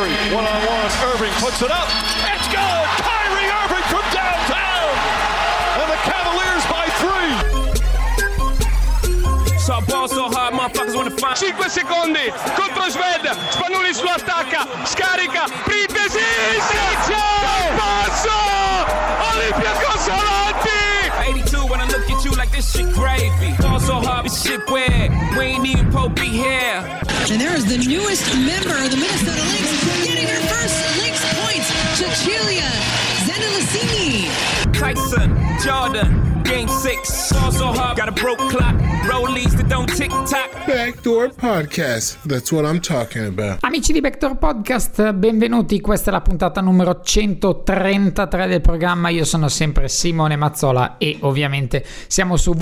Curry, one-on-one, Irving puts it up, it's good! Kyrie Irving from downtown! And the Cavaliers by 3! So ball so hard, motherfuckers wanna find 5 secondi contro Sved, Spanulis lo attacca, scarica, Printesi, passo, Olympiacos avanti! 82 when I look at you like this shit gravy. Ball so hard, this shit weird, we ain't even Pope be here. And there is the newest member of the Minnesota Lynx getting her first Lynx points, Cecilia Zendelicini. Tyson, Jordan, Game 6, ball so hard, got a broke clock, rollies that don't tick-tock. Backdoor Podcast, that's what I'm talking about. Amici di Backdoor Podcast, benvenuti, questa è la puntata numero 133 del programma. Io sono sempre Simone Mazzola e ovviamente siamo su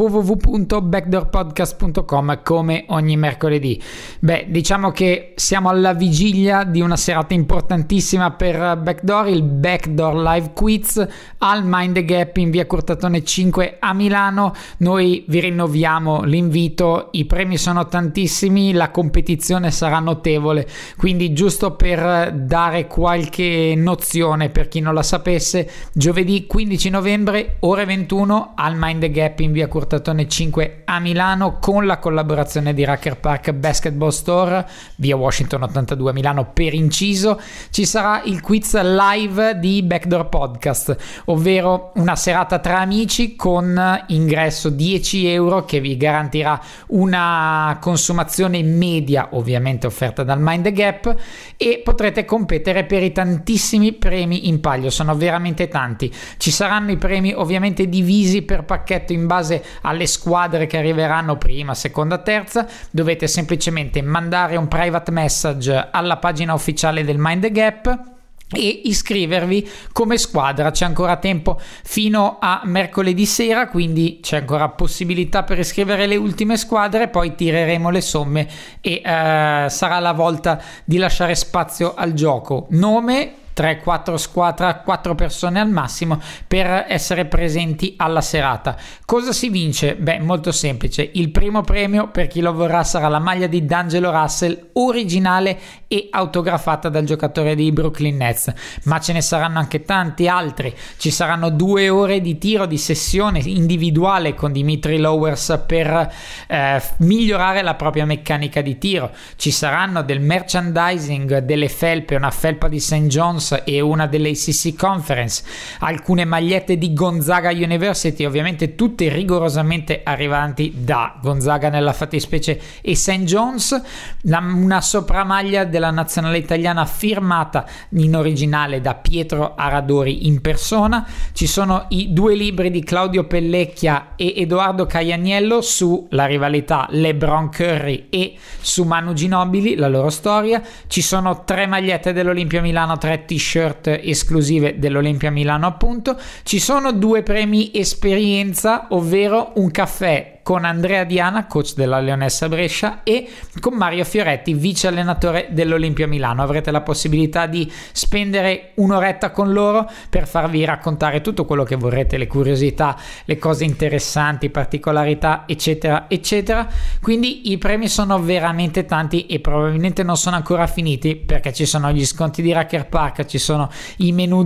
www.backdoorpodcast.com come ogni mercoledì. Beh, diciamo che siamo alla vigilia di una serata importantissima per Backdoor, il Backdoor Live Quiz al Mind the Gap in via Curtatone 5 a Milano. Noi vi rinnoviamo l'invito, i premi sono tantissimi, la competizione sarà notevole, quindi giusto per dare qualche nozione per chi non la sapesse, giovedì 15 novembre ore 21 al Mind the Gap in via Curtatone 5 a Milano con la collaborazione di Rucker Park Basketball Store via Washington 82 a Milano per inciso. Ci sarà il quiz live di Backdoor Podcast, ovvero una serata tra amici con ingresso 10 euro che vi garantirà una consumazione media ovviamente offerta dal Mind the Gap e potrete competere per i tantissimi premi in palio, sono veramente tanti. Ci saranno i premi ovviamente divisi per pacchetto in base alle squadre che arriveranno prima, seconda, terza. Dovete semplicemente mandare un private message alla pagina ufficiale del Mind the Gap e iscrivervi come squadra. C'è ancora tempo fino a mercoledì sera, quindi c'è ancora possibilità per iscrivere le ultime squadre, poi tireremo le somme e sarà la volta di lasciare spazio al gioco. Nome 3-4 squadra, 4 persone al massimo per essere presenti alla serata. Cosa si vince? Beh, molto semplice. Il primo premio per chi lo vorrà sarà la maglia di D'Angelo Russell originale e autografata dal giocatore dei Brooklyn Nets, ma ce ne saranno anche tanti altri. Ci saranno 2 ore di tiro di sessione individuale con Dimitri Lowers per migliorare la propria meccanica di tiro. Ci saranno del merchandising, delle felpe, una felpa di St. John's e una delle ACC Conference, alcune magliette di Gonzaga University, ovviamente tutte rigorosamente arrivanti da Gonzaga nella fattispecie e St. John's, una sopramaglia della nazionale italiana firmata in originale da Pietro Aradori in persona. Ci sono i 2 libri di Claudio Pellecchia e Edoardo Caianiello sulla rivalità LeBron Curry e su Manu Ginobili, la loro storia. Ci sono 3 magliette dell'Olimpia Milano, 3 t-shirt esclusive dell'Olimpia Milano appunto. Ci sono 2 premi esperienza, ovvero un caffè con Andrea Diana, coach della Leonessa Brescia, e con Mario Fioretti, vice allenatore dell'Olimpia Milano. Avrete la possibilità di spendere un'oretta con loro per farvi raccontare tutto quello che vorrete, le curiosità, le cose interessanti, particolarità, eccetera eccetera. Quindi i premi sono veramente tanti e probabilmente non sono ancora finiti, perché ci sono gli sconti di Rucker Park, ci sono i menu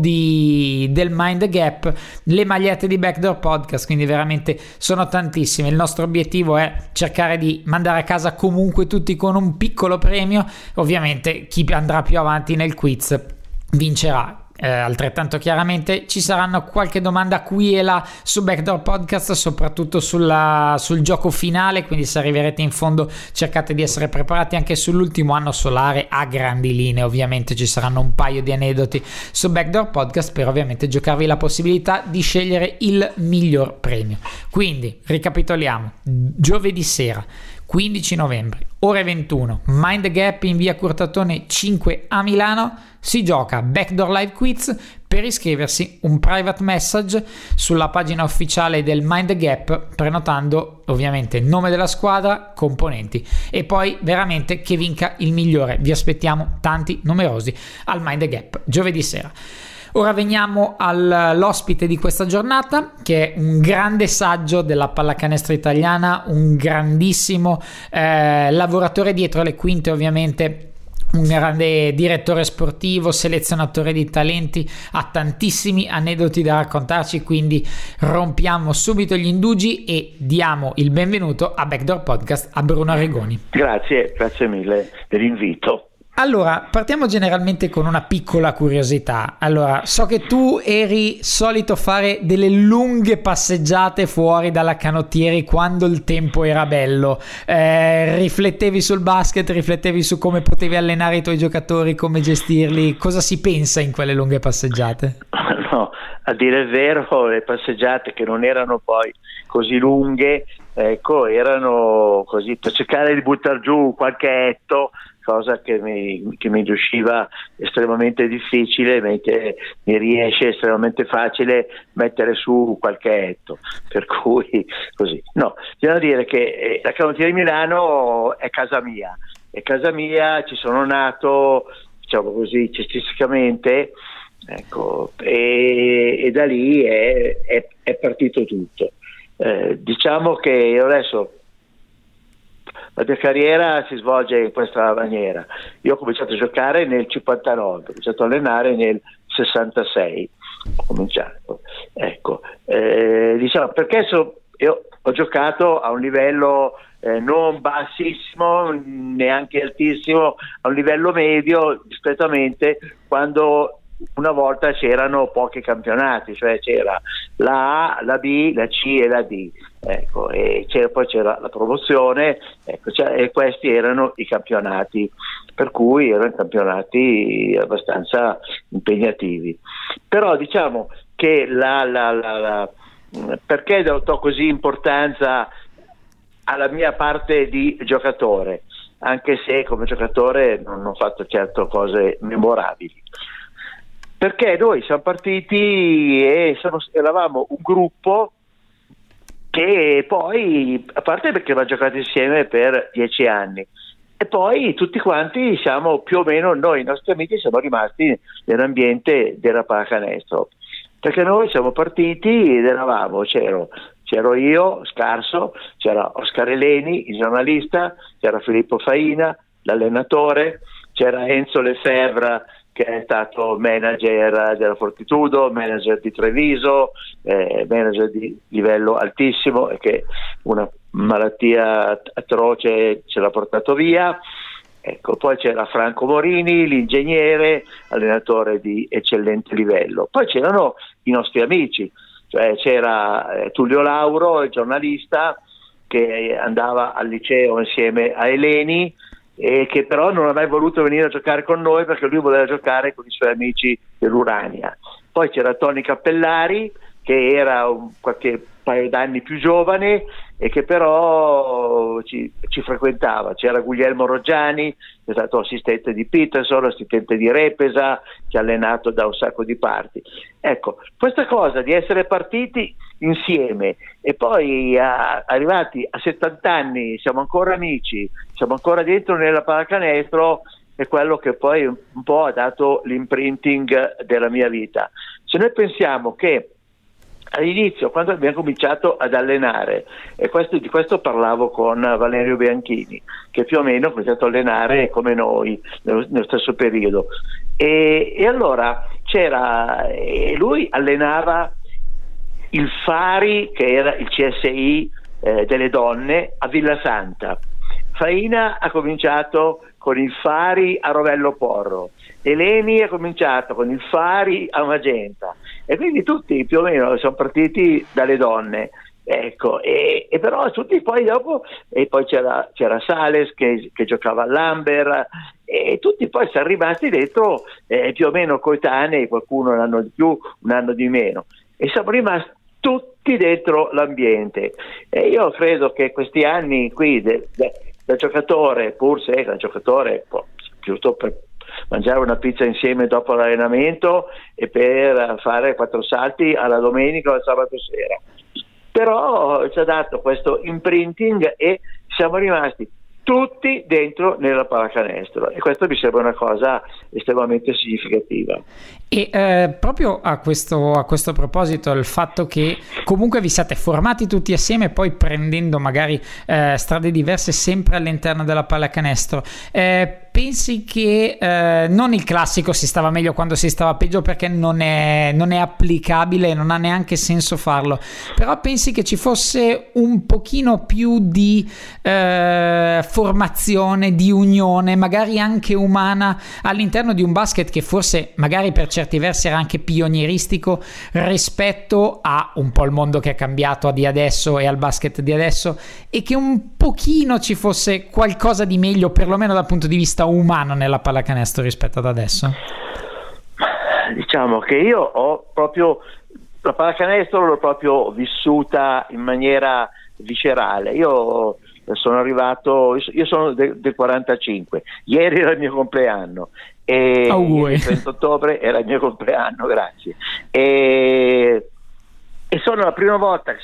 del Mind the Gap, le magliette di Backdoor Podcast, quindi veramente sono tantissime. Il nostro obiettivo è cercare di mandare a casa comunque tutti con un piccolo premio. Ovviamente chi andrà più avanti nel quiz vincerà. Altrettanto chiaramente ci saranno qualche domanda qui e là su Backdoor Podcast, soprattutto sul gioco finale, quindi se arriverete in fondo cercate di essere preparati anche sull'ultimo anno solare a grandi linee. Ovviamente ci saranno un paio di aneddoti su Backdoor Podcast per ovviamente giocarvi la possibilità di scegliere il miglior premio. Quindi ricapitoliamo: giovedì sera 15 novembre ore 21 Mind the Gap in via Curtatone 5 a Milano, si gioca Backdoor Live Quiz. Per iscriversi un private message sulla pagina ufficiale del Mind the Gap, prenotando ovviamente nome della squadra, componenti, e poi veramente che vinca il migliore. Vi aspettiamo tanti, numerosi al Mind the Gap giovedì sera. Ora veniamo all'ospite di questa giornata, che è un grande saggio della pallacanestro italiana, un grandissimo lavoratore dietro le quinte, ovviamente un grande direttore sportivo, selezionatore di talenti, ha tantissimi aneddoti da raccontarci, quindi rompiamo subito gli indugi e diamo il benvenuto a Backdoor Podcast a Bruno Arrigoni. Grazie mille dell'invito. Allora, partiamo generalmente con una piccola curiosità. Allora, so che tu eri solito fare delle lunghe passeggiate fuori dalla canottieri quando il tempo era bello. Riflettevi sul basket, riflettevi su come potevi allenare i tuoi giocatori, come gestirli. Cosa si pensa in quelle lunghe passeggiate? No, a dire il vero, le passeggiate che non erano poi così lunghe, ecco, erano così per cercare di buttare giù qualche etto, cosa che mi riusciva estremamente difficile, mentre mi riesce estremamente facile mettere su qualche etto, per cui così. No, bisogna dire che la Canottieri Milano è casa mia, ci sono nato, diciamo così, cestisticamente, ecco, e da lì è partito tutto. Diciamo che io adesso la mia carriera si svolge in questa maniera. Io ho cominciato a giocare nel 59, ho cominciato a allenare nel 66, ho cominciato, ecco, diciamo perché io ho giocato a un livello non bassissimo, neanche altissimo, a un livello medio discretamente, quando una volta c'erano pochi campionati, cioè c'era la A, la B, la C e la D, ecco, e poi c'era la promozione, ecco, e questi erano i campionati, per cui erano campionati abbastanza impegnativi. Però diciamo che perché do così importanza alla mia parte di giocatore, anche se come giocatore non ho fatto certo cose memorabili. Perché noi siamo partiti e eravamo un gruppo che poi, a parte perché abbiamo giocato insieme per 10 anni, e poi tutti quanti siamo più o meno, noi, i nostri amici, siamo rimasti nell'ambiente della pallacanestro. Perché noi siamo partiti ed c'ero io, Scarso, c'era Oscar Eleni, il giornalista, c'era Filippo Faina, l'allenatore, c'era Enzo Lefebvre, che è stato manager della Fortitudo, manager di Treviso, manager di livello altissimo, e che una malattia atroce ce l'ha portato via. Ecco, poi c'era Franco Morini, l'ingegnere, allenatore di eccellente livello. Poi c'erano i nostri amici, cioè c'era Tullio Lauro, il giornalista, che andava al liceo insieme a Eleni, e che però non ha mai voluto venire a giocare con noi perché lui voleva giocare con i suoi amici dell'Urania. Poi c'era Tony Cappellari, che era qualche paio d'anni più giovane e che però ci frequentava. C'era Guglielmo Roggiani, che è stato assistente di Peterson, assistente di Repesa, che ha allenato da un sacco di parti. Ecco, questa cosa di essere partiti insieme e poi arrivati a 70 anni siamo ancora amici, siamo ancora dentro nella pallacanestro, è quello che poi un po' ha dato l'imprinting della mia vita. Se noi pensiamo che all'inizio, quando abbiamo cominciato ad allenare, e di questo parlavo con Valerio Bianchini, che più o meno ha cominciato a allenare come noi nello stesso periodo, e allora lui allenava il Fari, che era il CSI delle donne, a Villa Santa. Faina ha cominciato con il Fari a Rovello Porro, Eleni ha cominciato con il Fari a Magenta, e quindi tutti più o meno sono partiti dalle donne, ecco, e però tutti poi dopo, e poi c'era Sales che giocava all'Amber, e tutti poi sono rimasti dentro più o meno coetanei, qualcuno un anno di più, un anno di meno, e siamo rimasti tutti dentro l'ambiente. E io credo che questi anni qui da giocatore, pur se da giocatore, giusto per mangiare una pizza insieme dopo l'allenamento e per fare 4 salti alla domenica o al sabato sera, però ci ha dato questo imprinting e siamo rimasti tutti dentro nella pallacanestro, e questo mi sembra una cosa estremamente significativa. E proprio a questo proposito, il fatto che comunque vi siate formati tutti assieme, poi prendendo magari strade diverse sempre all'interno della pallacanestro, pensi che non il classico si stava meglio quando si stava peggio, perché non è applicabile, non ha neanche senso farlo, però pensi che ci fosse un pochino più di formazione, di unione, magari anche umana, all'interno di un basket che forse magari per certi versi era anche pionieristico rispetto a un po' il mondo che è cambiato di adesso e al basket di adesso, e che un pochino ci fosse qualcosa di meglio, perlomeno dal punto di vista umano, nella pallacanestro rispetto ad adesso? Diciamo che io ho proprio la pallacanestro l'ho proprio vissuta in maniera viscerale. Io sono arrivato, io sono del 45, ieri era il mio compleanno e il 30 ottobre era il mio compleanno, grazie, e sono la prima volta che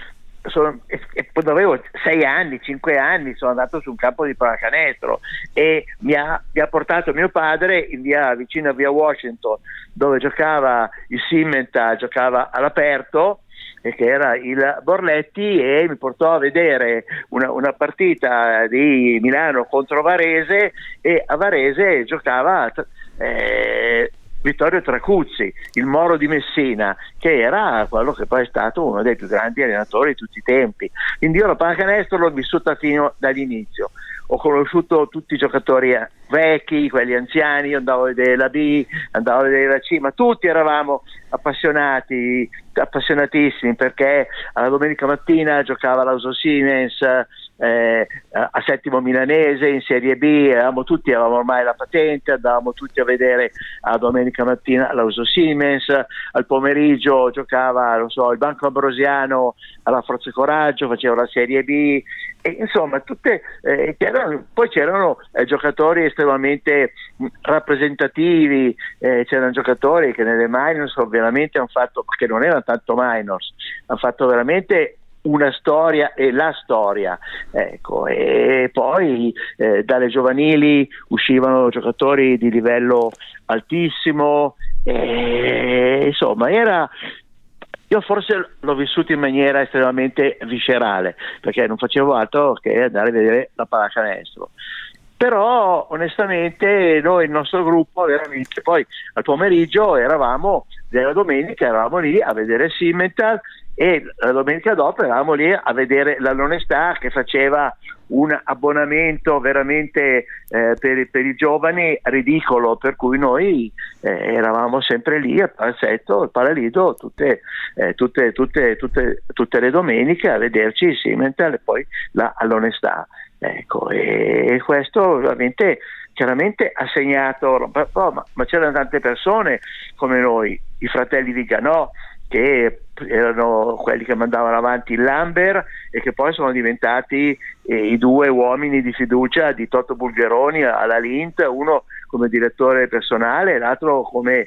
quando avevo 6 anni, 5 anni, sono andato su un campo di pallacanestro e mi ha portato mio padre vicino a via Washington, dove giocava il Simmental, giocava all'aperto, e che era il Borletti, e mi portò a vedere una partita di Milano contro Varese, e a Varese giocava Vittorio Tracuzzi, il Moro di Messina, che era quello che poi è stato uno dei più grandi allenatori di tutti i tempi. Quindi io la pallacanestro l'ho vissuta fino dall'inizio. Ho conosciuto tutti i giocatori vecchi, quelli anziani, io andavo a vedere la B, andavo a vedere la C, ma tutti eravamo appassionatissimi, perché alla domenica mattina giocava l'Auso Siemens a Settimo Milanese in Serie B, avevamo ormai la patente, andavamo tutti a vedere a domenica mattina l'Auso Siemens, al pomeriggio giocava, non so, il Banco Ambrosiano alla Forza e Coraggio, faceva la Serie B, e insomma poi c'erano giocatori estremamente rappresentativi, c'erano giocatori che nelle minors ovviamente hanno fatto, che non erano tanto minors, hanno fatto veramente una storia, e la storia, ecco, e poi dalle giovanili uscivano giocatori di livello altissimo, insomma io forse l'ho vissuto in maniera estremamente viscerale, perché non facevo altro che andare a vedere la pallacanestro. Però onestamente noi, il nostro gruppo, veramente, poi al pomeriggio della domenica eravamo lì a vedere Simmental, e la domenica dopo eravamo lì a vedere l'Allonestà, che faceva un abbonamento veramente per i giovani ridicolo, per cui noi eravamo sempre lì al palazzetto, al Palalido, tutte le domeniche a vederci il Simmental e poi l'Allonestà. Ecco, e questo veramente chiaramente ha segnato, ma c'erano tante persone come noi, i fratelli Viganò, che erano quelli che mandavano avanti il Lambert e che poi sono diventati i due uomini di fiducia di Totto Bulgeroni alla Lint, uno come direttore personale e l'altro come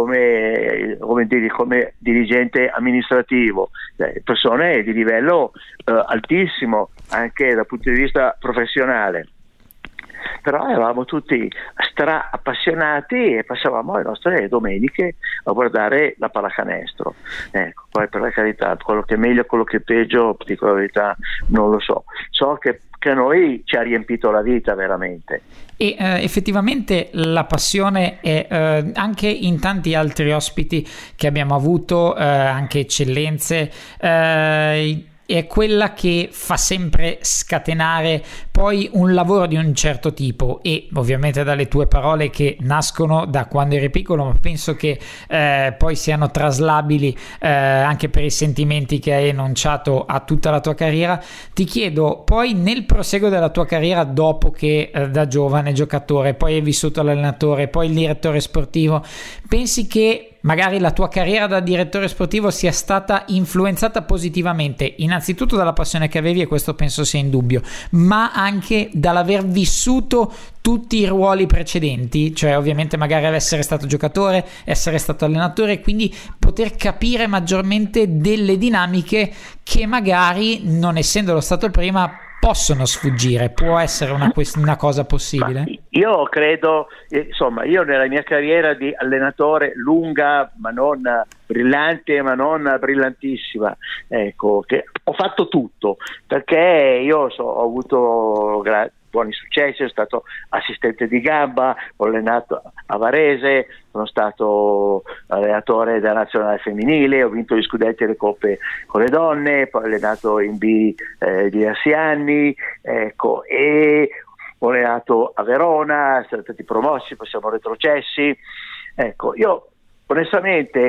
dirigente amministrativo, persone di livello altissimo anche dal punto di vista professionale. Però eravamo tutti stra appassionati e passavamo le nostre domeniche a guardare la pallacanestro. Ecco, poi per la carità, quello che è meglio, quello che è peggio, dico la verità, non lo so. So che a noi ci ha riempito la vita veramente. E effettivamente la passione è anche in tanti altri ospiti che abbiamo avuto, anche eccellenze, è quella che fa sempre scatenare poi un lavoro di un certo tipo, e ovviamente dalle tue parole che nascono da quando eri piccolo, ma penso che poi siano traslabili anche per i sentimenti che hai enunciato a tutta la tua carriera. Ti chiedo poi, nel proseguo della tua carriera, dopo che da giovane giocatore poi hai vissuto l'allenatore, poi il direttore sportivo, pensi che magari la tua carriera da direttore sportivo sia stata influenzata positivamente innanzitutto dalla passione che avevi, e questo penso sia indubbio, ma anche dall'aver vissuto tutti i ruoli precedenti, cioè ovviamente magari essere stato giocatore, essere stato allenatore, quindi poter capire maggiormente delle dinamiche che magari, non essendolo stato il prima, possono sfuggire? Può essere una cosa possibile? Io credo, insomma, io nella mia carriera di allenatore lunga, ma non brillante, ma non brillantissima, ecco, che ho fatto tutto, perché io ho avuto buoni successi, sono stato assistente di gamba, ho allenato a Varese, sono stato allenatore della nazionale femminile, ho vinto gli scudetti e le coppe con le donne, poi ho allenato in B diversi anni, ecco, e ho allenato a Verona, siamo stati promossi, poi siamo retrocessi. Ecco, io onestamente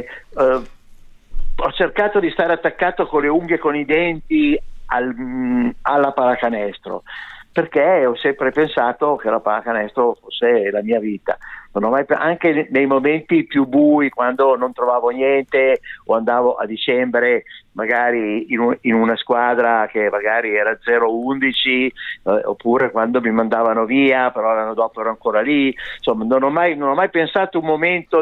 ho cercato di stare attaccato con le unghie e con i denti alla pallacanestro, perché ho sempre pensato che la pallacanestro fosse la mia vita. Non ho mai, anche nei momenti più bui, quando non trovavo niente o andavo a dicembre magari in una squadra che magari era 0-11, oppure quando mi mandavano via però l'anno dopo ero ancora lì, insomma non ho mai pensato un momento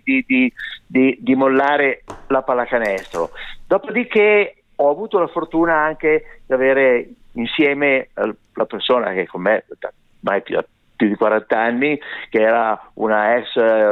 di mollare la pallacanestro. Dopodiché ho avuto la fortuna anche di avere insieme la persona che con me mai più di 40 anni, che era una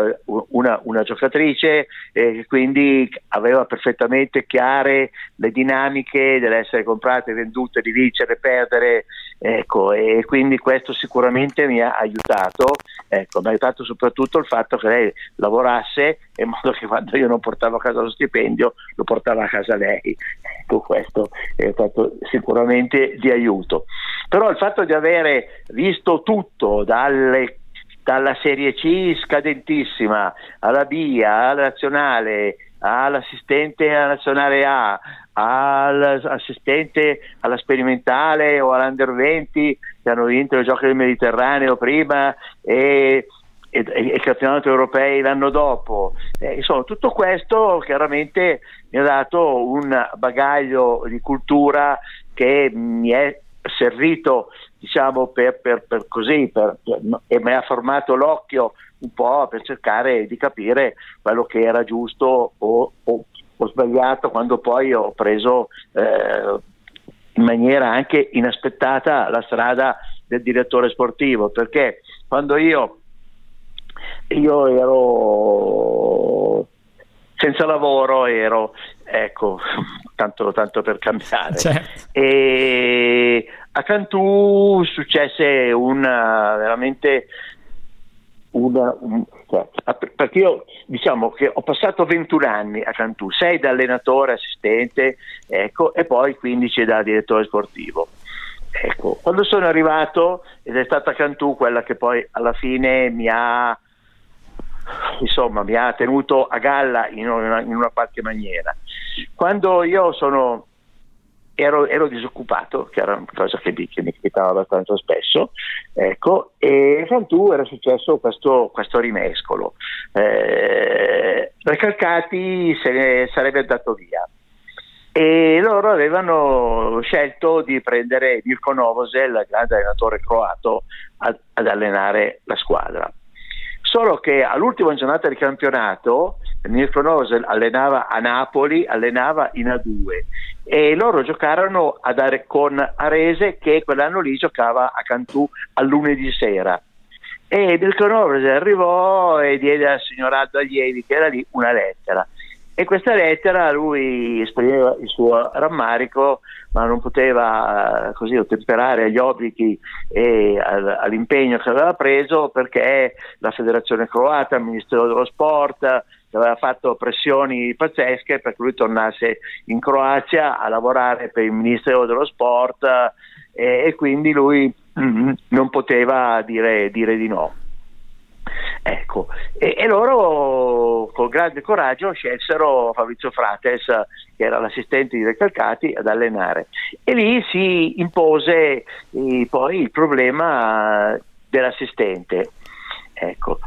giocatrice, e quindi aveva perfettamente chiare le dinamiche dell'essere comprate, vendute, di vincere, perdere, ecco, e quindi questo sicuramente mi ha aiutato. Ecco, mi ha aiutato soprattutto il fatto che lei lavorasse in modo che quando io non portavo a casa lo stipendio lo portava a casa lei. Ecco, questo è stato sicuramente di aiuto. Però il fatto di avere visto tutto dalla Serie C scadentissima alla B, alla nazionale, all'assistente alla nazionale A, all'assistente alla sperimentale o all'Under 20 che hanno vinto i Giochi del Mediterraneo prima e i campionati europei l'anno dopo, insomma tutto questo chiaramente mi ha dato un bagaglio di cultura che mi è servito, diciamo, per e mi ha formato l'occhio un po' per cercare di capire quello che era giusto o sbagliato, quando poi ho preso in maniera anche inaspettata la strada del direttore sportivo, perché quando io ero senza lavoro, ecco, tanto per cambiare, certo. E a Cantù successe perché io diciamo che ho passato 21 anni a Cantù, 6 da allenatore, assistente, ecco, e poi 15 da direttore sportivo. Ecco, quando sono arrivato, ed è stata Cantù quella che poi alla fine mi ha tenuto a galla in una qualche maniera. Quando io ero disoccupato, che era una cosa che mi capitava abbastanza spesso, ecco, e a Cantù era successo questo rimescolo. Recalcati se ne sarebbe andato via e loro avevano scelto di prendere Mirko Novosel, grande allenatore croato, ad allenare la squadra. Solo che all'ultima giornata di campionato Mirko Novosel allenava a Napoli, allenava in A2 e loro giocarono con Arese, che quell'anno lì giocava a Cantù al lunedì sera, e Mirko Novosel arrivò e diede al signor Aldo Allievi, che era lì, una lettera, e questa lettera lui esprimeva il suo rammarico, ma non poteva così ottemperare agli obblighi e all'impegno che aveva preso, perché la federazione croata, il ministero dello sport aveva fatto pressioni pazzesche perché lui tornasse in Croazia a lavorare per il ministero dello sport, e quindi lui non poteva dire di no. Ecco, e loro con grande coraggio scelsero Fabrizio Frates, che era l'assistente di Recalcati, ad allenare, e lì si impose poi il problema dell'assistente. Ecco,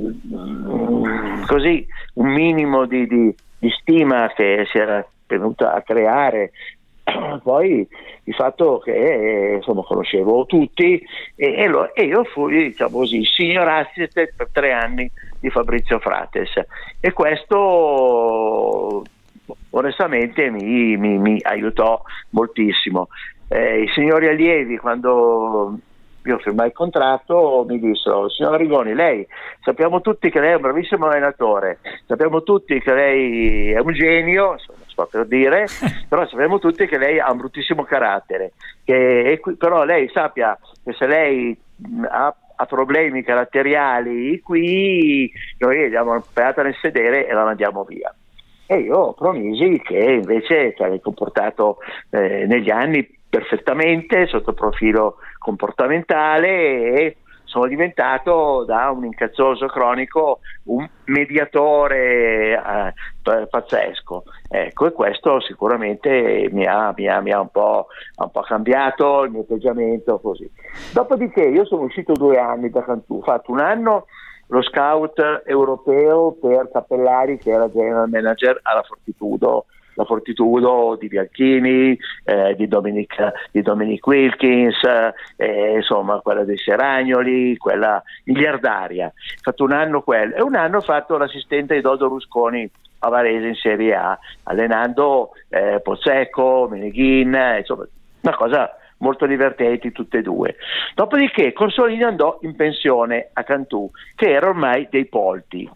così un minimo di stima che si era venuta a creare. Poi il fatto che insomma conoscevo tutti e io fui, diciamo così, senior assistant per 3 anni di Fabrizio Frates, e questo onestamente mi aiutò moltissimo. I signori allievi, quando io firmai il contratto, mi dissero: signor Arrigoni, lei, sappiamo tutti che lei è un bravissimo allenatore, sappiamo tutti che lei è un genio, insomma, sto per dire, però sappiamo tutti che lei ha un bruttissimo carattere, però lei sappia che se lei ha problemi caratteriali qui, noi le diamo una pedata nel sedere e la mandiamo via. E io promisi che invece si è comportato negli anni perfettamente sotto il profilo comportamentale e sono diventato da un incazzoso cronico un mediatore pazzesco, ecco, e questo sicuramente mi ha un po' cambiato il mio atteggiamento così. Dopodiché io sono uscito 2 anni da Cantù, ho fatto un anno lo scout europeo per Cappellari, che era general manager alla la Fortitudo di Bianchini, di Dominic Wilkins, insomma quella dei Seragnoli, quella miliardaria. Ho fatto un anno quello e un anno ho fatto l'assistente di Dodo Rusconi a Varese in Serie A, allenando Pozzecco, Meneghin, insomma una cosa molto divertenti tutte e due. Dopodiché Consolini andò in pensione a Cantù, che era ormai dei polti.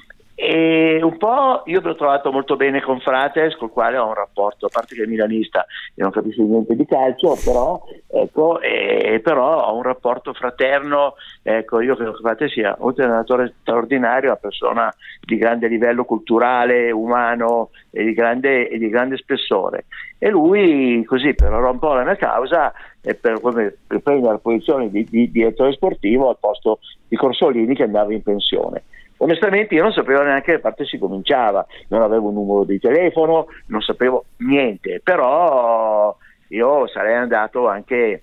E un po' io l'ho trovato molto bene con Frates, col quale ho un rapporto, a parte che è milanista e non capisce niente di calcio, però ecco, però ho un rapporto fraterno, ecco, io credo che Frates sia un allenatore straordinario, una persona di grande livello culturale, umano e di grande spessore, e lui così per rompere la mia causa e per prendere la posizione di direttore sportivo al posto di Consolini, che andava in pensione. Onestamente io non sapevo neanche che parte si cominciava, non avevo un numero di telefono, non sapevo niente, però io sarei andato anche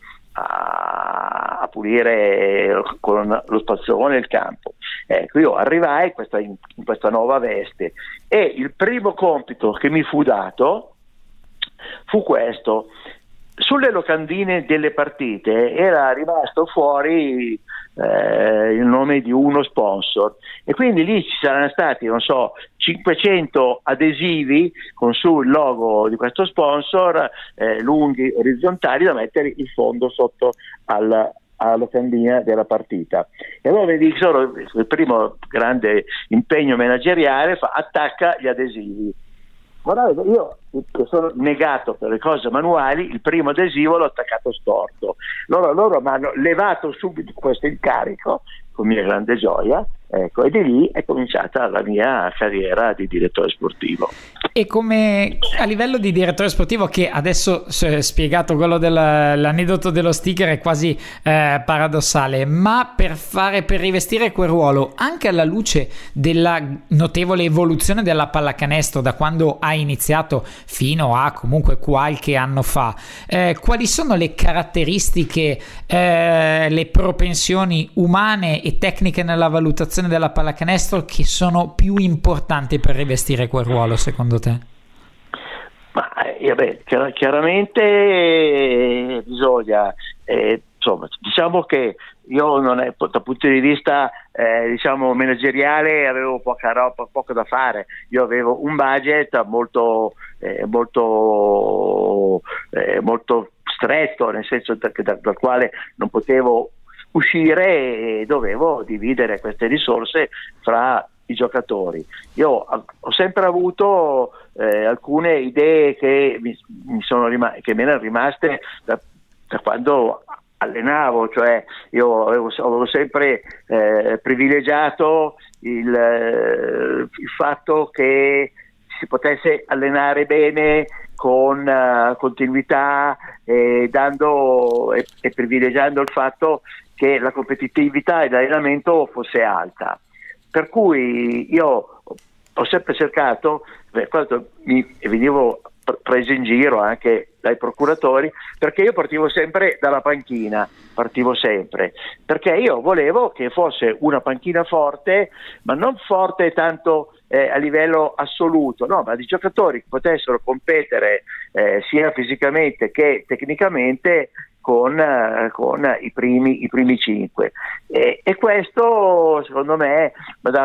a pulire con lo spazzolone il campo. Ecco, io arrivai in questa nuova veste e il primo compito che mi fu dato fu questo: sulle locandine delle partite era rimasto fuori il nome di uno sponsor, e quindi lì ci saranno stati, non so, 500 adesivi con su il logo di questo sponsor, lunghi, orizzontali, da mettere in fondo sotto alla locandina della partita. E allora mi dicono, il primo grande impegno manageriale, attacca gli adesivi. Guardate, io che sono negato per le cose manuali, il primo adesivo l'ho attaccato storto. Loro mi hanno levato subito questo incarico con mia grande gioia, ecco, e di lì è cominciata la mia carriera di direttore sportivo. E come a livello di direttore sportivo, che adesso spiegato quello dell'aneddoto dello sticker è quasi paradossale, ma per rivestire quel ruolo, anche alla luce della notevole evoluzione della pallacanestro da quando hai iniziato fino a comunque qualche anno fa, quali sono le caratteristiche, le propensioni umane e tecniche nella valutazione della pallacanestro che sono più importanti per rivestire quel ruolo secondo te? Ma chiaramente bisogna, insomma, diciamo che io non è, dal punto di vista diciamo manageriale, avevo poco da fare. Io avevo un budget molto stretto, nel senso dal quale non potevo uscire e dovevo dividere queste risorse fra i giocatori. Io ho sempre avuto alcune idee che mi erano rimaste da quando allenavo, cioè io avevo sempre privilegiato il fatto che si potesse allenare bene con continuità e privilegiando il fatto che la competitività e l'allenamento fosse alta. Per cui io ho sempre cercato, quando venivo preso in giro anche dai procuratori, perché io partivo sempre dalla panchina, perché io volevo che fosse una panchina forte, ma non forte tanto a livello assoluto, no, ma di giocatori che potessero competere sia fisicamente che tecnicamente con i primi 5, e questo secondo me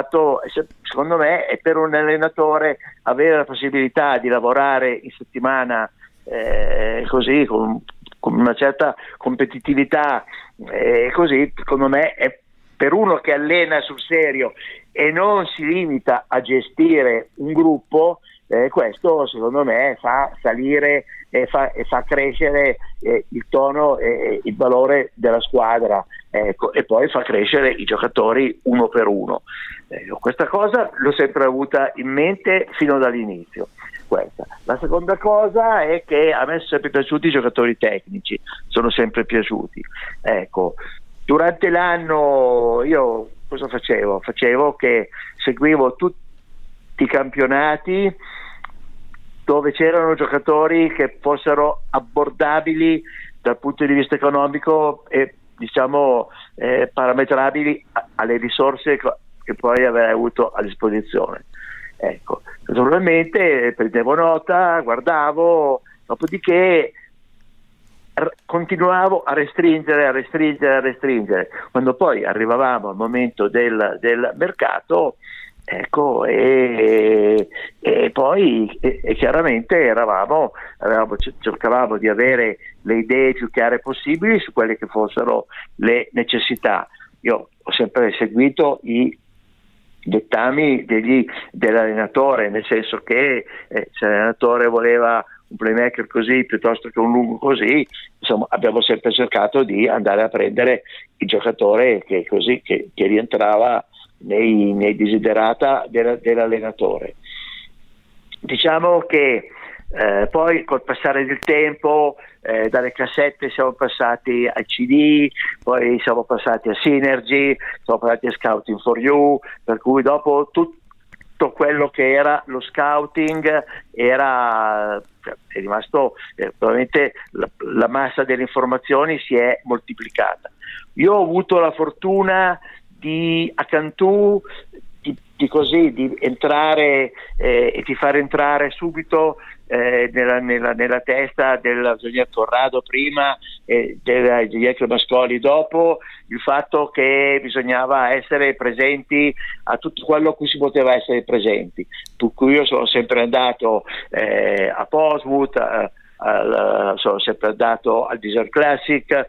è per un allenatore avere la possibilità di lavorare in settimana così con una certa competitività, così secondo me è per uno che allena sul serio e non si limita a gestire un gruppo, questo secondo me fa salire e fa crescere il tono e il valore della squadra, ecco, e poi fa crescere i giocatori uno per uno. Questa cosa l'ho sempre avuta in mente fino dall'inizio. Questa. La seconda cosa è che a me sono sempre piaciuti i giocatori tecnici, sono sempre piaciuti. Ecco, durante l'anno io cosa facevo? Facevo che seguivo tutti i campionati dove c'erano giocatori che fossero abbordabili dal punto di vista economico e diciamo parametrabili alle risorse che poi avrei avuto a disposizione. Ecco, naturalmente prendevo nota, guardavo, dopodiché continuavo a restringere. Quando poi arrivavamo al momento del mercato, ecco, e poi chiaramente cercavamo di avere le idee più chiare possibili su quelle che fossero le necessità. Io ho sempre seguito i dettami dell'allenatore, nel senso che se l'allenatore voleva un playmaker così piuttosto che un lungo così, insomma abbiamo sempre cercato di andare a prendere il giocatore che rientrava nei desiderata dell'allenatore. Diciamo che poi col passare del tempo dalle cassette siamo passati al CD, poi siamo passati a Synergy, siamo passati a Scouting for You, per cui dopo tutto quello che era lo scouting è rimasto probabilmente la massa delle informazioni si è moltiplicata. Io ho avuto la fortuna a Cantù di entrare e di far entrare subito nella testa dell'ingegner Corrado prima e dell'ingegner Mascoli dopo il fatto che bisognava essere presenti a tutto quello a cui si poteva essere presenti, per cui io sono sempre andato a Portsmouth, sono sempre andato al Desert Classic,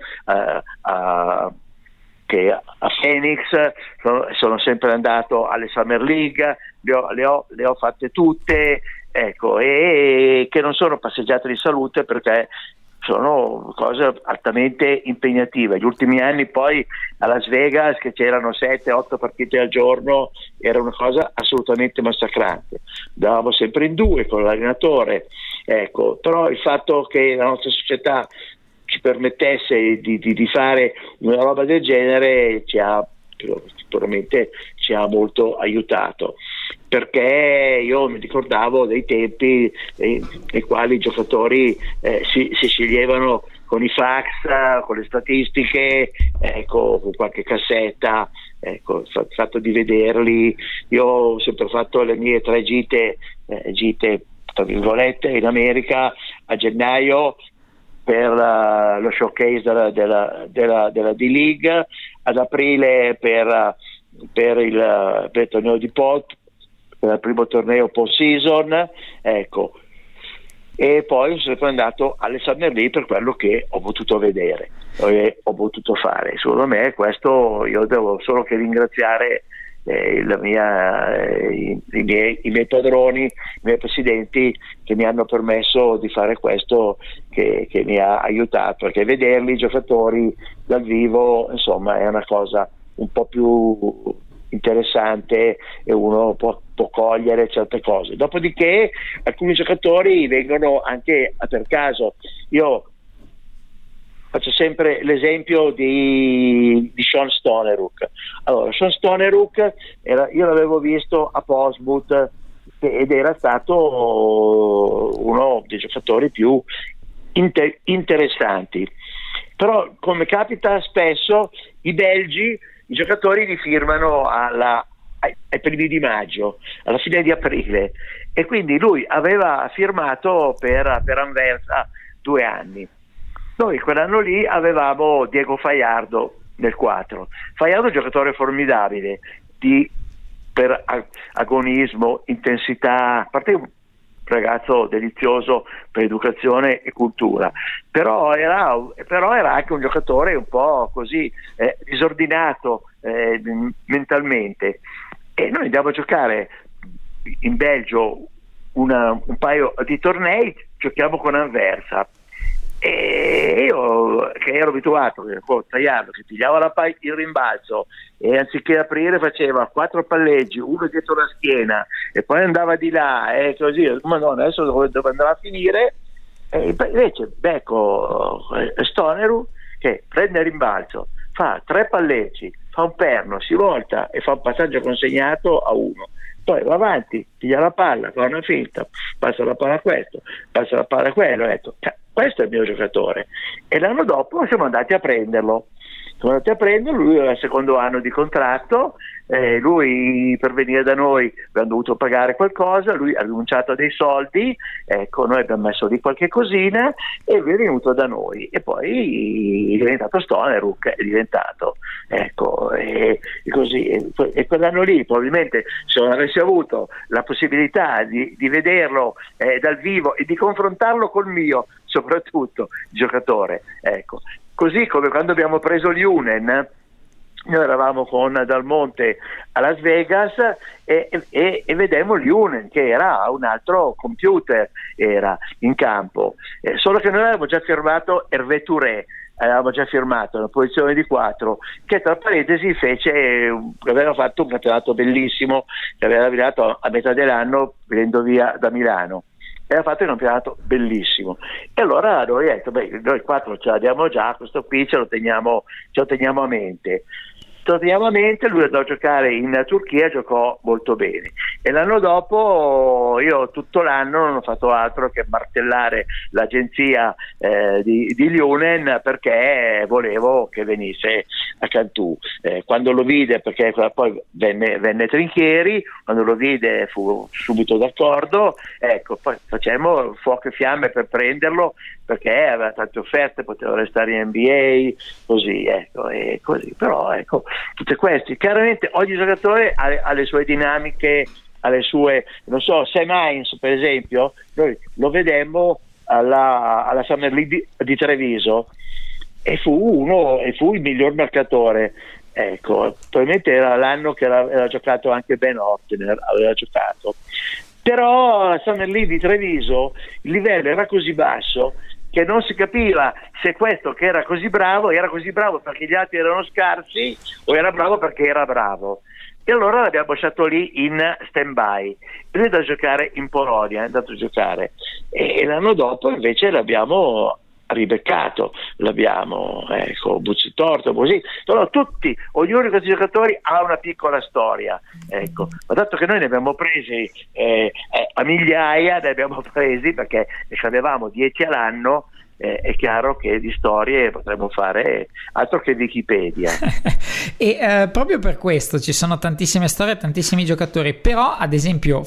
che a Phoenix, sono sempre andato alle Summer League, le ho fatte tutte, ecco, e che non sono passeggiate di salute perché sono cose altamente impegnative. Gli ultimi anni poi a Las Vegas, che c'erano 7-8 partite al giorno, era una cosa assolutamente massacrante. Andavamo sempre in due con l'allenatore, ecco, però il fatto che la nostra società ci permettesse di fare una roba del genere sicuramente ci ha molto aiutato, perché io mi ricordavo dei tempi nei quali i giocatori si sceglievano con i fax, con le statistiche, ecco, con qualche cassetta, ecco, il fatto di vederli. Io ho sempre fatto le mie 3 gite tra virgolette in America a gennaio per lo showcase della D-League, ad aprile per il torneo di Pot, per il primo torneo post-season, ecco, e poi sono sempre andato alle Summer League per quello che ho potuto vedere e ho potuto fare. Secondo me questo io devo solo che ringraziare i miei padroni, i miei presidenti che mi hanno permesso di fare questo, che mi ha aiutato, perché vederli i giocatori dal vivo insomma è una cosa un po' più interessante e uno può cogliere certe cose. Dopodiché alcuni giocatori vengono anche per caso. Io faccio sempre l'esempio di Sean Stoneruk. Allora, Sean Stoneruk io l'avevo visto a Portsmouth ed era stato uno dei giocatori più interessanti. Però, come capita spesso, i giocatori li firmano ai primi di maggio, alla fine di aprile, e quindi lui aveva firmato per Anversa 2 anni. Noi quell'anno lì avevamo Diego Fajardo nel 4. Fajardo è un giocatore formidabile per agonismo, intensità, a parte un ragazzo delizioso per educazione e cultura, però era anche un giocatore un po' così disordinato mentalmente, e noi andiamo a giocare in Belgio un paio di tornei, giochiamo con Anversa. E io, che ero abituato con Traiano, che pigliava il rimbalzo e anziché aprire faceva 4 palleggi, uno dietro la schiena e poi andava di là e così, ma no, adesso dove andava a finire? Invece becco Stoneru che prende il rimbalzo, fa 3 palleggi, fa un perno, si volta e fa un passaggio consegnato a uno, poi va avanti, piglia la palla, fa una finta, passa la palla a questo, passa la palla a quello, ho detto questo è il mio giocatore. E l'anno dopo siamo andati a prenderlo, lui aveva il secondo anno di contratto, lui per venire da noi abbiamo dovuto pagare qualcosa, lui ha rinunciato a dei soldi, ecco, noi abbiamo messo lì qualche cosina e lui è venuto da noi e poi è diventato Stoneru, che è diventato, ecco, e così, e quell'anno lì probabilmente se non avessi avuto la possibilità di vederlo dal vivo e di confrontarlo col mio soprattutto giocatore, ecco, così come quando abbiamo preso Liunen, noi eravamo con Dal Monte a Las Vegas e vedemmo Liunen che era un altro computer, era in campo, solo che noi avevamo già firmato Hervé Touré, avevamo già firmato una posizione di 4 che tra parentesi aveva fatto un campionato bellissimo che aveva arrivato a metà dell'anno venendo via da Milano e ha fatto un campionato bellissimo e allora noi abbiamo detto noi 4 ce l'abbiamo già, questo qui ce lo teniamo a mente. Lui andò a giocare in Turchia, giocò molto bene e l'anno dopo io tutto l'anno non ho fatto altro che martellare l'agenzia di Liunen perché volevo che venisse a Cantù. Quando lo vide, perché poi venne Trinchieri, quando lo vide fu subito d'accordo, ecco, poi facemmo fuoco e fiamme per prenderlo perché aveva tante offerte, poteva restare in NBA, così, ecco, e così, però ecco, tutte queste, chiaramente ogni giocatore ha le sue dinamiche, ha le sue, non so, Sam Hines per esempio, noi lo vedemmo alla Summer League di Treviso e fu il miglior marcatore, ecco, probabilmente era l'anno che era giocato anche Ben Ortner, aveva giocato, però alla Summer League di Treviso il livello era così basso che non si capiva se questo che era così bravo perché gli altri erano scarsi o era bravo perché era bravo, e allora l'abbiamo lasciato lì in stand by, è andato a giocare in Polonia, e l'anno dopo invece l'abbiamo ribeccato, ecco, Buzzitorto, così, però ognuno di questi giocatori ha una piccola storia, ecco, ma dato che noi ne abbiamo presi a migliaia, ne abbiamo presi perché ne avevamo 10 all'anno, è chiaro che di storie potremmo fare altro che Wikipedia. E proprio per questo ci sono tantissime storie, tantissimi giocatori, però ad esempio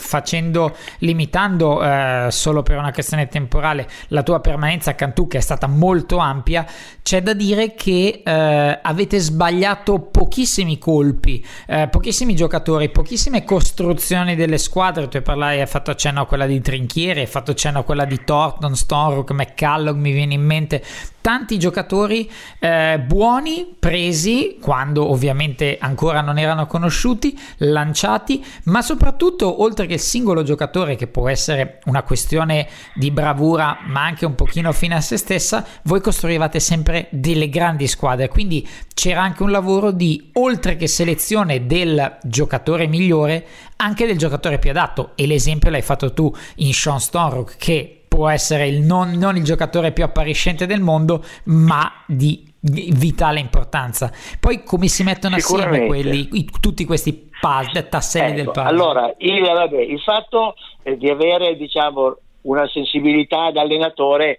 limitando solo per una questione temporale la tua permanenza a Cantù, che è stata molto ampia, c'è da dire che avete sbagliato pochissimi colpi, pochissimi giocatori, pochissime costruzioni delle squadre. Tu hai fatto accenno a quella di Trinchieri, hai fatto accenno a quella di Thornton, Stonrook, McCallum, mi viene in mente tanti giocatori buoni, presi quando ovviamente ancora non erano conosciuti, lanciati, ma soprattutto oltre che il singolo giocatore, che può essere una questione di bravura ma anche un pochino fine a se stessa, voi costruivate sempre delle grandi squadre, quindi c'era anche un lavoro di, oltre che selezione del giocatore migliore, anche del giocatore più adatto, e l'esempio l'hai fatto tu in Sean Stonrook, che può essere non il giocatore più appariscente del mondo, ma di vitale importanza. Poi come si mettono assieme tutti questi tasselli del puzzle? Allora, il fatto di avere, diciamo, una sensibilità da allenatore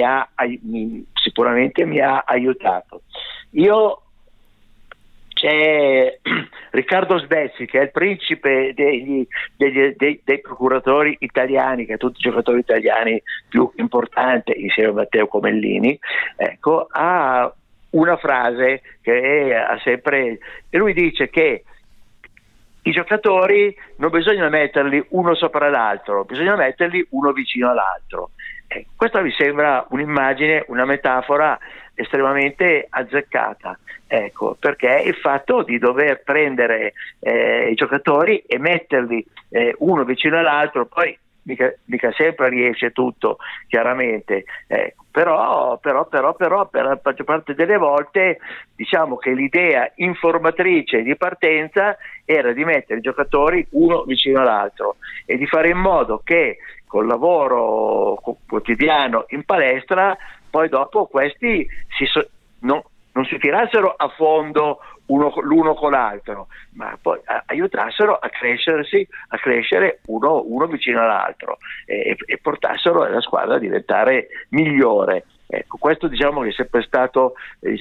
sicuramente mi ha aiutato. C'è Riccardo Sbezzi, che è il principe dei procuratori italiani, che è tutti i giocatori italiani più importanti insieme a Matteo Comellini, ecco, ha una frase che ha sempre, e lui dice che i giocatori non bisogna metterli uno sopra l'altro, bisogna metterli uno vicino all'altro. Questa mi sembra un'immagine, una metafora estremamente azzeccata, ecco, perché il fatto di dover prendere i giocatori e metterli uno vicino all'altro, poi mica sempre riesce tutto, chiaramente, però per la maggior parte delle volte diciamo che l'idea informatrice di partenza era di mettere i giocatori uno vicino all'altro e di fare in modo che col lavoro quotidiano in palestra poi dopo questi non si tirassero a fondo l'uno con l'altro, ma poi aiutassero a crescere uno vicino all'altro e portassero la squadra a diventare migliore. Ecco, questo diciamo che è sempre stato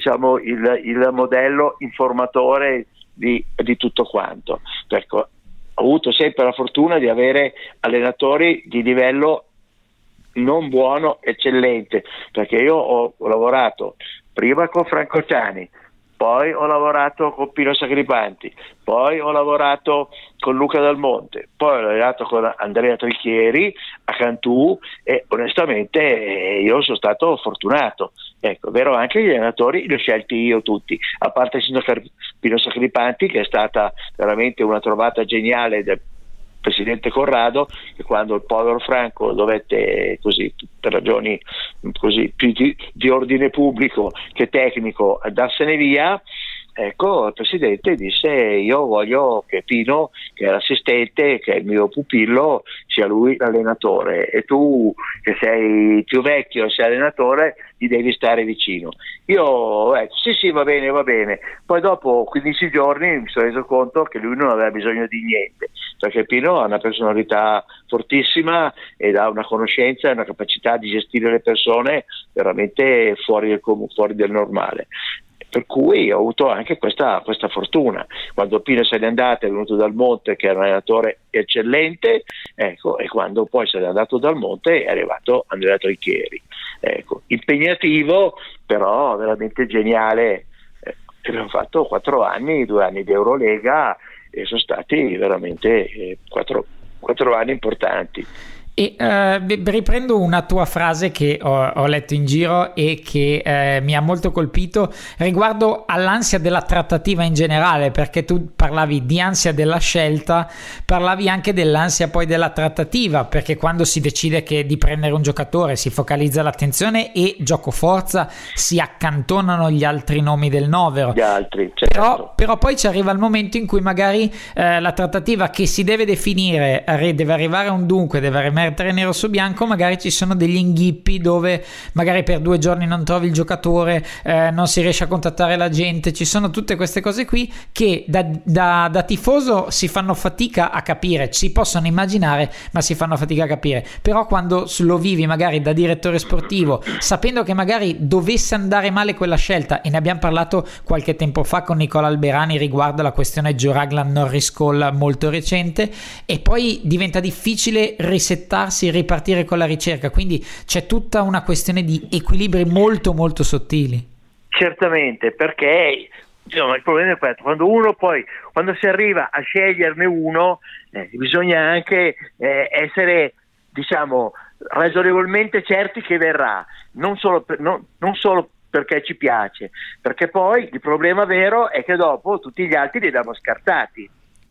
il modello informatore di tutto quanto. Ecco, ho avuto sempre la fortuna di avere allenatori di livello non buono, eccellente, perché io ho lavorato prima con Franco Ciani, poi ho lavorato con Pino Sagripanti, poi ho lavorato con Luca Dal Monte, poi ho lavorato con Andrea Trecchieri a Cantù e onestamente io sono stato fortunato. Ecco, è vero, anche gli allenatori li ho scelti io tutti, a parte il sindaco Pino Sagripanti, che è stata veramente una trovata geniale del presidente Corrado, che quando il povero Franco dovette, così per ragioni così più di ordine pubblico che tecnico, andarsene via, ecco, il presidente disse: io voglio che Pino, che è l'assistente, che è il mio pupillo, sia lui l'allenatore, e tu che sei più vecchio e sei allenatore gli devi stare vicino. Io sì, va bene. Poi dopo 15 giorni mi sono reso conto che lui non aveva bisogno di niente, perché Pino ha una personalità fortissima ed ha una conoscenza e una capacità di gestire le persone veramente fuori del normale. Per cui ho avuto anche questa fortuna. Quando Pino se n'è andato è venuto Dal Monte, che era un allenatore eccellente, ecco, e quando poi se n'è andato Dal Monte è arrivato Andrea Trecchieri. Ecco, impegnativo, però veramente geniale. Abbiamo fatto 4 anni, 2 anni di Eurolega e sono stati veramente 4 anni importanti. E riprendo una tua frase che ho letto in giro e che mi ha molto colpito riguardo all'ansia della trattativa in generale, perché tu parlavi di ansia della scelta, parlavi anche dell'ansia poi della trattativa, perché quando si decide di prendere un giocatore si focalizza l'attenzione e gioco forza si accantonano gli altri nomi del novero. Gli altri, certo. Però poi ci arriva il momento in cui magari la trattativa che si deve definire deve arrivare a un dunque, deve rimettere nero su bianco, magari ci sono degli inghippi dove magari per 2 giorni non trovi il giocatore, non si riesce a contattare la gente, ci sono tutte queste cose qui che da tifoso si fanno fatica a capire, si possono immaginare ma si fanno fatica a capire, però quando lo vivi magari da direttore sportivo, sapendo che magari dovesse andare male quella scelta, e ne abbiamo parlato qualche tempo fa con Nicola Alberani riguardo la questione Joe Ragland Norris Cole molto recente, e poi diventa difficile ripartire con la ricerca, quindi c'è tutta una questione di equilibri molto molto sottili. Certamente, perché insomma, il problema è questo: quando si arriva a sceglierne uno, bisogna anche essere, diciamo, ragionevolmente certi che verrà, non solo perché ci piace, perché poi il problema vero è che dopo tutti gli altri li abbiamo scartati.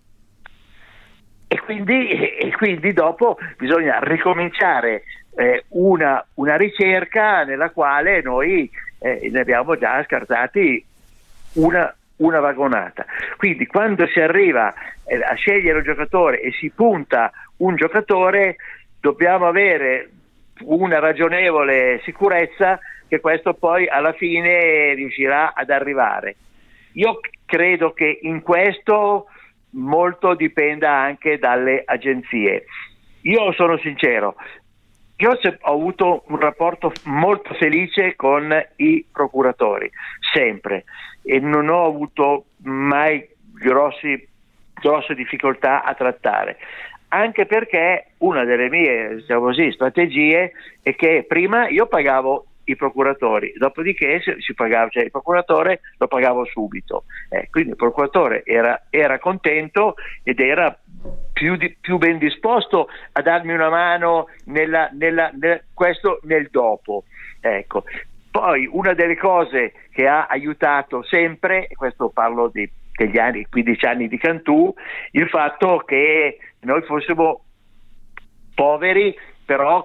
E quindi dopo bisogna ricominciare una ricerca nella quale noi ne abbiamo già scartati una vagonata. Quindi quando si arriva a scegliere un giocatore e si punta un giocatore, dobbiamo avere una ragionevole sicurezza che questo poi alla fine riuscirà ad arrivare. Io credo che in questo molto dipenda anche dalle agenzie. Io sono sincero, io ho avuto un rapporto molto felice con i procuratori, sempre, e non ho avuto mai grosse difficoltà a trattare, anche perché una delle mie, diciamo così, strategie è che prima io pagavo i procuratori, dopodiché si pagava, cioè il procuratore lo pagavo subito, quindi il procuratore era contento ed era più ben disposto a darmi una mano questo nel dopo. Ecco. Poi una delle cose che ha aiutato sempre, e questo parlo degli anni, 15 anni di Cantù, il fatto che noi fossimo poveri, però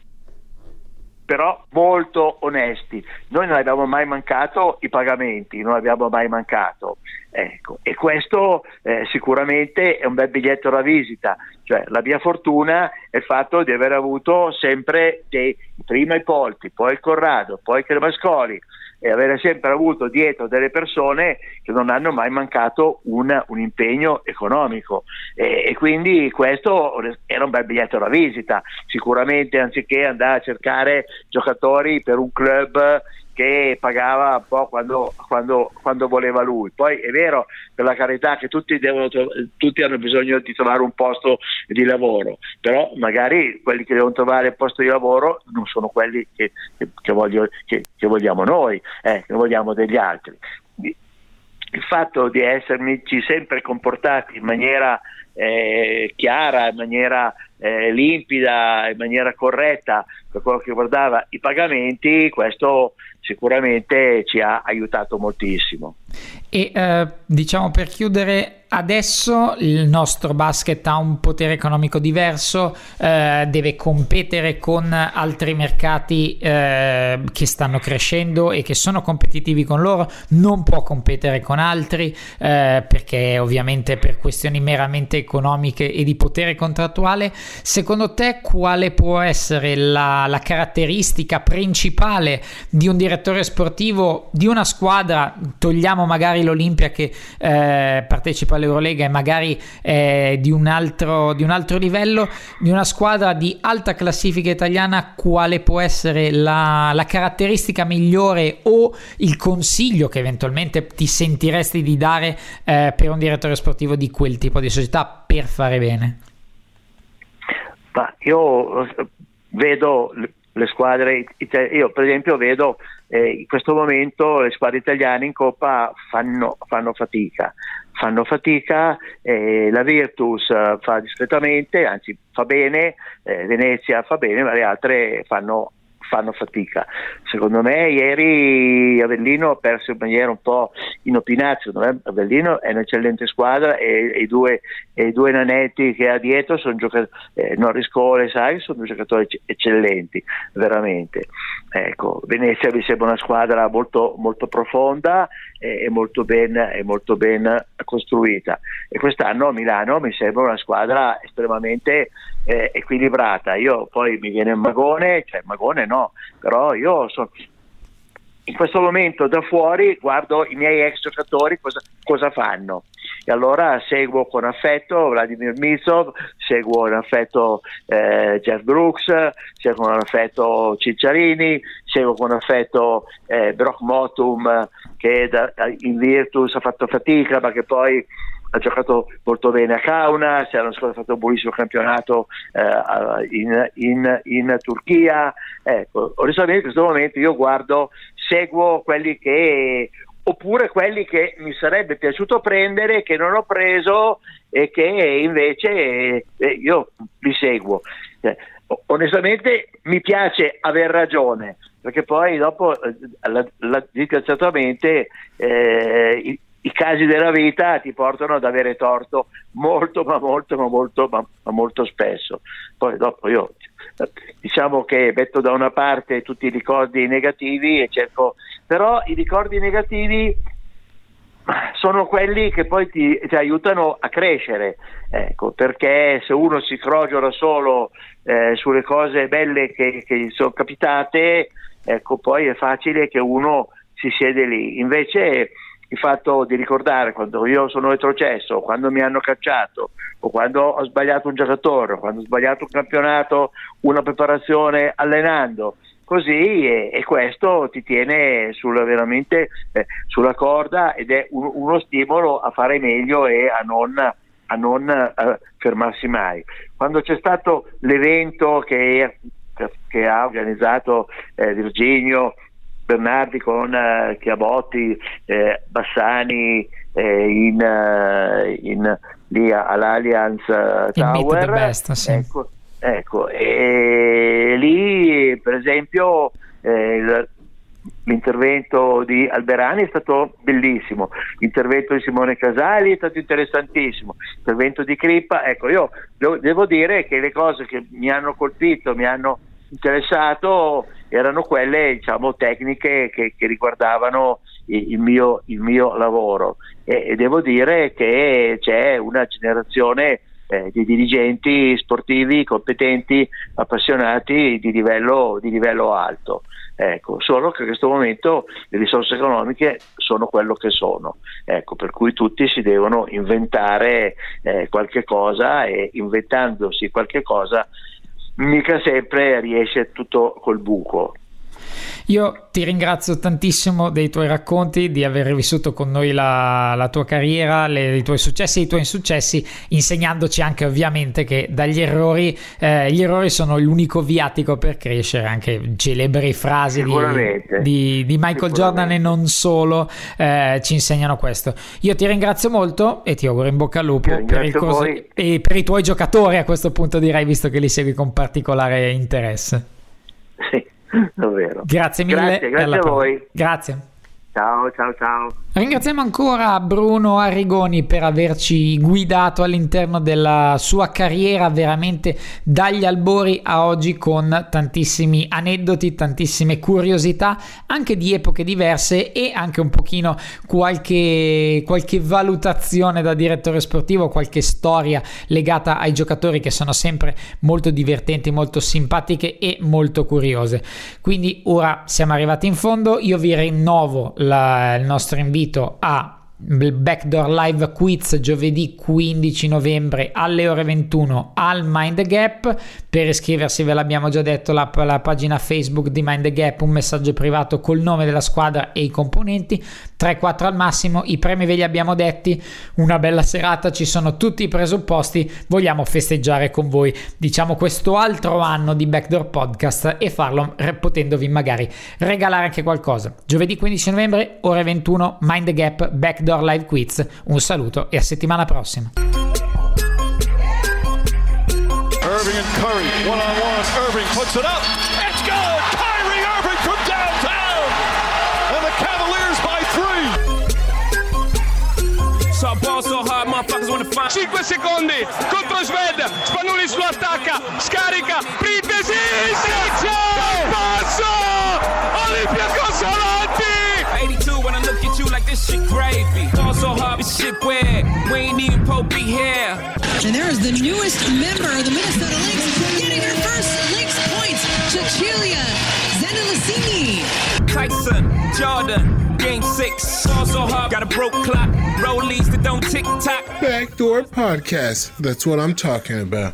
molto onesti. Noi non abbiamo mai mancato i pagamenti, non abbiamo mai mancato, ecco, e questo sicuramente è un bel biglietto da visita. Cioè, la mia fortuna è il fatto di aver avuto sempre prima i Polti, poi il Corrado, poi il Cremascoli, e avere sempre avuto dietro delle persone che non hanno mai mancato un impegno economico, e quindi questo era un bel biglietto da visita. Sicuramente, anziché andare a cercare giocatori per un club che pagava un po' quando voleva lui. Poi è vero, per la carità, che tutti hanno bisogno di trovare un posto di lavoro, però magari quelli che devono trovare il posto di lavoro non sono quelli che vogliamo noi, che vogliamo degli altri. Il fatto di esserci sempre comportati in maniera chiara, in maniera limpida, in maniera corretta per quello che riguardava i pagamenti, questo sicuramente ci ha aiutato moltissimo. E diciamo, per chiudere, adesso il nostro basket ha un potere economico diverso, deve competere con altri mercati che stanno crescendo e che sono competitivi con loro, non può competere con altri perché ovviamente per questioni meramente economiche e di potere contrattuale. Secondo te quale può essere la caratteristica principale di un direttore sportivo di una squadra, togliamo magari l'Olimpia che partecipa all'Eurolega e magari di un altro livello, di una squadra di alta classifica italiana, quale può essere la caratteristica migliore o il consiglio che eventualmente ti sentiresti di dare per un direttore sportivo di quel tipo di società per fare bene? Ma io vedo le squadre, io per esempio vedo in questo momento le squadre italiane in Coppa fanno fatica, la Virtus fa discretamente, anzi fa bene, Venezia fa bene, ma le altre fanno fatica. Secondo me ieri Avellino ha perso in maniera un po' inopinata. Secondo me Avellino è un'eccellente squadra e i due nanetti che ha dietro sono giocatori, Norris Cole e Sai, sono due giocatori eccellenti, veramente. Ecco, Venezia mi sembra una squadra molto, molto profonda e molto ben costruita, e quest'anno a Milano mi sembra una squadra estremamente equilibrata. Io poi mi viene Magone no, però io in questo momento da fuori guardo i miei ex giocatori cosa fanno, e allora seguo con affetto Vladimir Mitsov, seguo con affetto Jeff Brooks, seguo con affetto Cicciarini, seguo con affetto Brock Motum, che in Virtus ha fatto fatica ma che poi ha giocato molto bene a Kaunas, hanno fatto un buonissimo campionato in Turchia. Ecco, onestamente in questo momento io seguo quelli oppure quelli che mi sarebbe piaciuto prendere, che non ho preso e che invece io li seguo. Onestamente mi piace aver ragione, perché poi dopo disgraziatamente i casi della vita ti portano ad avere torto molto spesso. Poi dopo io diciamo che metto da una parte tutti i ricordi negativi e cerco, però i ricordi negativi sono quelli che poi ti aiutano a crescere, ecco, perché se uno si crogiora solo sulle cose belle che gli sono capitate, ecco, poi è facile che uno si siede lì. Invece il fatto di ricordare quando io sono retrocesso, quando mi hanno cacciato, o quando ho sbagliato un giocatore, o quando ho sbagliato un campionato, una preparazione allenando, così, e questo ti tiene veramente sulla corda, ed è uno stimolo a fare meglio e a non fermarsi mai. Quando c'è stato l'evento che ha organizzato Virginio Bernardi con Chiabotti, Bassani lì all'Allianz Tower, Best, sì. Ecco, e lì per esempio L'intervento di Alberani è stato bellissimo, l'intervento di Simone Casali è stato interessantissimo, l'intervento di Crippa, ecco, io devo dire che le cose che mi hanno colpito, mi hanno interessato erano quelle, diciamo, tecniche che riguardavano il mio lavoro, e devo dire che c'è una generazione di dirigenti sportivi competenti, appassionati, di livello alto. Ecco, solo che in questo momento le risorse economiche sono quello che sono, ecco, per cui tutti si devono inventare qualche cosa, e inventandosi qualche cosa mica sempre riesce tutto col buco. Io ti ringrazio tantissimo dei tuoi racconti, di aver vissuto con noi la tua carriera, i tuoi successi e i tuoi insuccessi, insegnandoci anche ovviamente che dagli errori, gli errori sono l'unico viatico per crescere. Anche celebri frasi di Michael Jordan e non solo ci insegnano questo. Io ti ringrazio molto e ti auguro in bocca al lupo e per i tuoi giocatori, a questo punto direi, visto che li segui con particolare interesse. Sì, davvero. Grazie mille. Grazie a voi. Grazie. Ciao. Ringraziamo ancora Bruno Arrigoni per averci guidato all'interno della sua carriera, veramente dagli albori a oggi, con tantissimi aneddoti, tantissime curiosità, anche di epoche diverse, e anche un pochino qualche valutazione da direttore sportivo, qualche storia legata ai giocatori, che sono sempre molto divertenti, molto simpatiche e molto curiose. Quindi ora siamo arrivati in fondo. Io vi rinnovo il nostro invito a Backdoor Live Quiz giovedì 15 novembre alle ore 21 al Mind the Gap. Per iscriversi, ve l'abbiamo già detto, la pagina Facebook di Mind the Gap, un messaggio privato col nome della squadra e i componenti, 3-4 al massimo. I premi ve li abbiamo detti, una bella serata, ci sono tutti i presupposti, vogliamo festeggiare con voi, diciamo, questo altro anno di Backdoor Podcast, e farlo potendovi magari regalare anche qualcosa. Giovedì 15 novembre ore 21 Mind the Gap Backdoor Live Quiz. Un saluto e a settimana prossima. Irving and Curry, one-on-one. Irving puts it up. It's good! Kyrie Irving from downtown! And the Cavaliers by 3. So I ball so hard, motherfuckers wanna find 5 secondi contro Sved, Spanulis lo attacca, scarica, Printesi, passo, Olympiacos avanti! 82 when I look at you like this shit gravy. Ball so hard, this shit weird. We ain't even Pope be here. And there is the newest member of the Minnesota Lynx getting her first Lynx points, Cecilia Zendelicini. Tyson, Jordan, game 6. Ball so hard, got a broke clock. Rollies that don't tick tock. Backdoor Podcast. That's what I'm talking about.